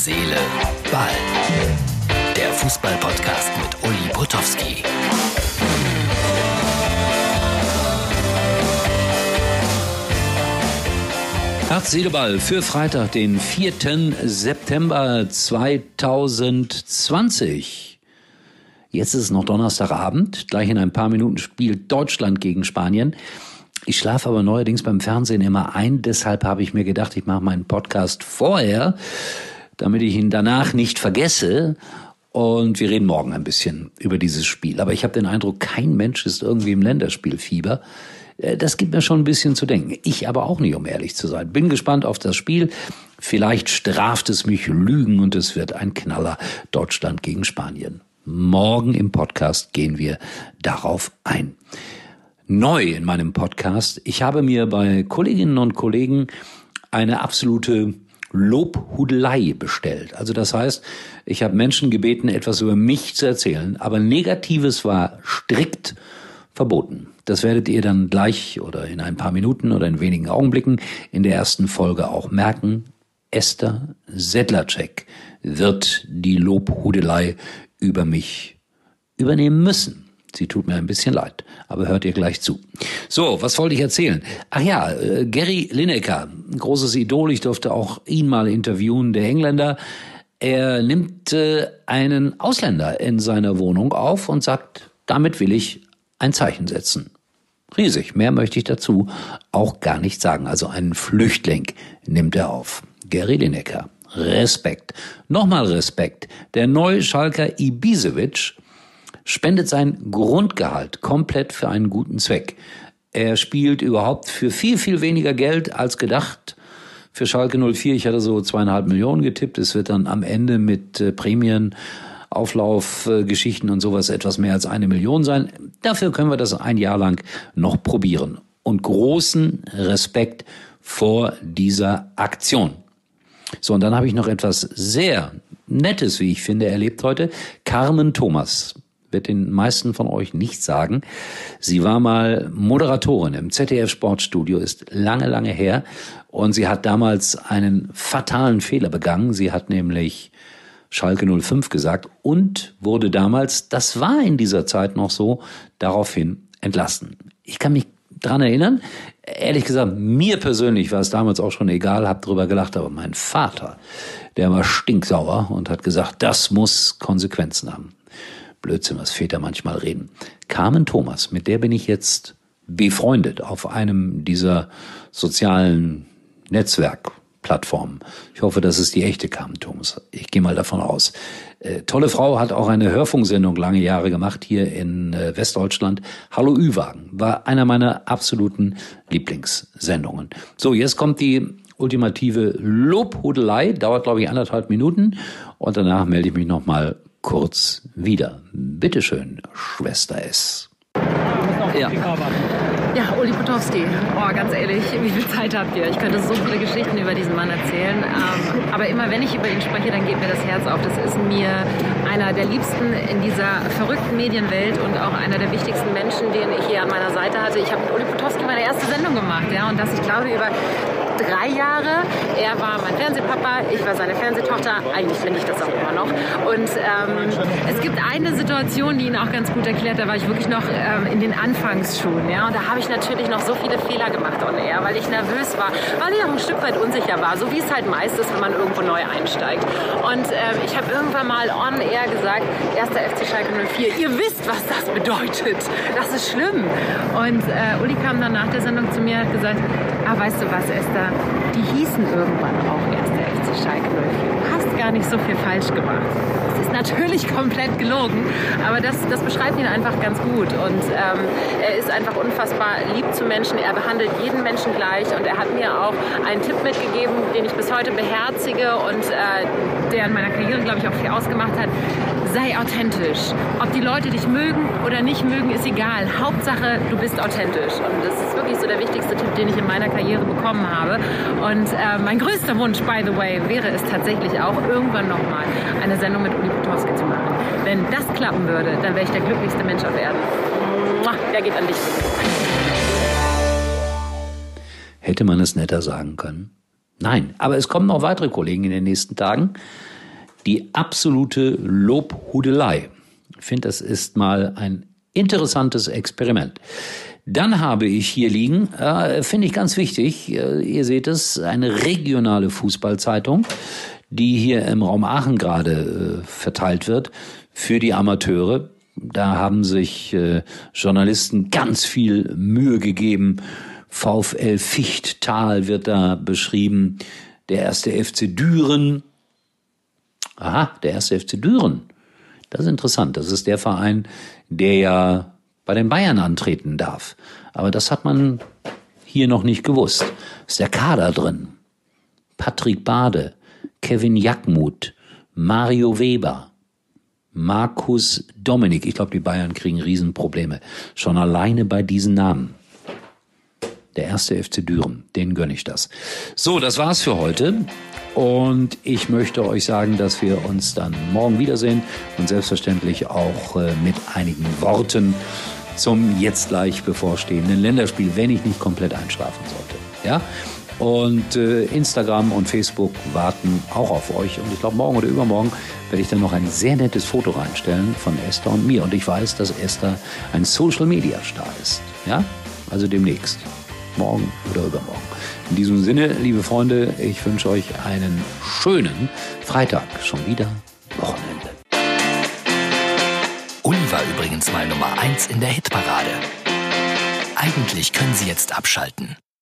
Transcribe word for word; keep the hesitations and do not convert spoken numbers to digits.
Seele, Ball. Der Fußball-Podcast mit Uli Potowski. Herz, Seele, Ball für Freitag, den vierten September zweitausendzwanzig. Jetzt ist es noch Donnerstagabend. Gleich in ein paar Minuten spielt Deutschland gegen Spanien. Ich schlafe aber neuerdings beim Fernsehen immer ein. Deshalb habe ich mir gedacht, ich mache meinen Podcast vorher, damit ich ihn danach nicht vergesse. Und wir reden morgen ein bisschen über dieses Spiel. Aber ich habe den Eindruck, kein Mensch ist irgendwie im Länderspielfieber. Das gibt mir schon ein bisschen zu denken. Ich aber auch nicht, um ehrlich zu sein. Bin gespannt auf das Spiel. Vielleicht straft es mich Lügen und es wird ein Knaller. Deutschland gegen Spanien. Morgen im Podcast gehen wir darauf ein. Neu in meinem Podcast. Ich habe mir bei Kolleginnen und Kollegen eine absolute Lobhudelei bestellt. Also das heißt, ich habe Menschen gebeten, etwas über mich zu erzählen, aber Negatives war strikt verboten. Das werdet ihr dann gleich oder in ein paar Minuten oder in wenigen Augenblicken in der ersten Folge auch merken. Esther Sedlacek wird die Lobhudelei über mich übernehmen müssen. Sie tut mir ein bisschen leid, aber hört ihr gleich zu. So, was wollte ich erzählen? Ach ja, äh, Gary Lineker, ein großes Idol, ich durfte auch ihn mal interviewen, der Engländer. Er nimmt äh, einen Ausländer in seiner Wohnung auf und sagt, damit will ich ein Zeichen setzen. Riesig, mehr möchte ich dazu auch gar nicht sagen. Also einen Flüchtling nimmt er auf. Gary Lineker, Respekt. Nochmal Respekt. Der Neu-Schalker Ibisevic spendet sein Grundgehalt komplett für einen guten Zweck. Er spielt überhaupt für viel, viel weniger Geld als gedacht. Für Schalke null vier, ich hatte so zweieinhalb Millionen getippt. Es wird dann am Ende mit äh, Prämien, Auflaufgeschichten äh, und sowas etwas mehr als eine Million sein. Dafür können wir das ein Jahr lang noch probieren. Und großen Respekt vor dieser Aktion. So, und dann habe ich noch etwas sehr Nettes, wie ich finde, erlebt heute. Carmen Thomas wird den meisten von euch nicht sagen. Sie war mal Moderatorin im Z D F Sportstudio, ist lange, lange her. Und sie hat damals einen fatalen Fehler begangen. Sie hat nämlich Schalke null fünf gesagt und wurde damals, das war in dieser Zeit noch so, daraufhin entlassen. Ich kann mich dran erinnern, ehrlich gesagt, mir persönlich war es damals auch schon egal, hab drüber gelacht, aber mein Vater, der war stinksauer und hat gesagt, das muss Konsequenzen haben. Blödsinn, was Väter manchmal reden. Carmen Thomas, mit der bin ich jetzt befreundet auf einem dieser sozialen Netzwerkplattformen. Ich hoffe, das ist die echte Carmen Thomas. Ich gehe mal davon aus. Äh, tolle Frau, hat auch eine Hörfunksendung lange Jahre gemacht hier in äh, Westdeutschland. Hallo Ü-Wagen war einer meiner absoluten Lieblingssendungen. So, jetzt kommt die ultimative Lobhudelei. Dauert, glaube ich, anderthalb Minuten. Und danach melde ich mich nochmal kurz wieder. Bitteschön, Schwester S. Ja. Ja, Uli Potowski. Oh, ganz ehrlich, wie viel Zeit habt ihr? Ich könnte so viele Geschichten über diesen Mann erzählen. Ähm, aber immer wenn ich über ihn spreche, dann geht mir das Herz auf. Das ist mir einer der liebsten in dieser verrückten Medienwelt und auch einer der wichtigsten Menschen, den ich hier an meiner Seite hatte. Ich habe mit Uli Potowski meine erste Sendung gemacht, ja, und das, ich glaube, über drei Jahre. Er war mein Fernsehpapa, ich war seine Fernsehtochter. Eigentlich finde ich das auch immer noch. Und ähm, es gibt eine Situation, die ihn auch ganz gut erklärt. Da war ich wirklich noch ähm, in den Anfangsschuhen. Ja? Und da habe ich natürlich noch so viele Fehler gemacht on air, weil ich nervös war, weil ich auch ein Stück weit unsicher war. So wie es halt meist ist, wenn man irgendwo neu einsteigt. Und ähm, ich habe irgendwann mal on air gesagt, erster F C Schalke null vier, ihr wisst, was das bedeutet. Das ist schlimm. Und äh, Uli kam dann nach der Sendung zu mir und hat gesagt, ah, weißt du was, Esther, die hießen irgendwann auch erster F C Schalke null vier. Du hast gar nicht so viel falsch gemacht. Das ist natürlich komplett gelogen, aber das, das beschreibt ihn einfach ganz gut. Und ähm, er ist einfach unfassbar lieb zu Menschen. Er behandelt jeden Menschen gleich und er hat mir auch einen Tipp mitgegeben, den ich bis heute beherzige und äh, der in meiner Karriere, glaube ich, auch viel ausgemacht hat. Sei authentisch. Ob die Leute dich mögen oder nicht mögen, ist egal. Hauptsache, du bist authentisch. Und das ist wirklich so der wichtigste Tipp, den ich in meiner Karriere bekommen habe. Und äh, mein größter Wunsch, by the way, wäre es tatsächlich auch, irgendwann nochmal eine Sendung mit Uli Potowski zu machen. Wenn das klappen würde, dann wäre ich der glücklichste Mensch auf Erden. Der geht an dich. Hätte man es netter sagen können? Nein, aber es kommen noch weitere Kollegen in den nächsten Tagen. Die absolute Lobhudelei. Ich finde, das ist mal ein interessantes Experiment. Dann habe ich hier liegen, äh, finde ich ganz wichtig, äh, ihr seht es, eine regionale Fußballzeitung, die hier im Raum Aachen gerade äh, verteilt wird für die Amateure. Da haben sich äh, Journalisten ganz viel Mühe gegeben. VfL Fichtal wird da beschrieben, der erste F C Düren. Aha, der erste F C Düren. Das ist interessant. Das ist der Verein, der ja bei den Bayern antreten darf. Aber das hat man hier noch nicht gewusst. Ist der Kader drin? Patrick Bade, Kevin Jackmuth, Mario Weber, Markus Dominik. Ich glaube, die Bayern kriegen Riesenprobleme. Schon alleine bei diesen Namen. Der erste F C Düren, denen gönne ich das. So, das war's für heute. Und ich möchte euch sagen, dass wir uns dann morgen wiedersehen und selbstverständlich auch äh, mit einigen Worten zum jetzt gleich bevorstehenden Länderspiel, wenn ich nicht komplett einschlafen sollte. Ja? Und äh, Instagram und Facebook warten auch auf euch. Und ich glaube, morgen oder übermorgen werde ich dann noch ein sehr nettes Foto reinstellen von Esther und mir. Und ich weiß, dass Esther ein Social-Media-Star ist. Ja? Also demnächst. Morgen oder übermorgen. In diesem Sinne, liebe Freunde, ich wünsche euch einen schönen Freitag. Schon wieder Wochenende. Uli war übrigens mal Nummer eins in der Hitparade. Eigentlich können Sie jetzt abschalten.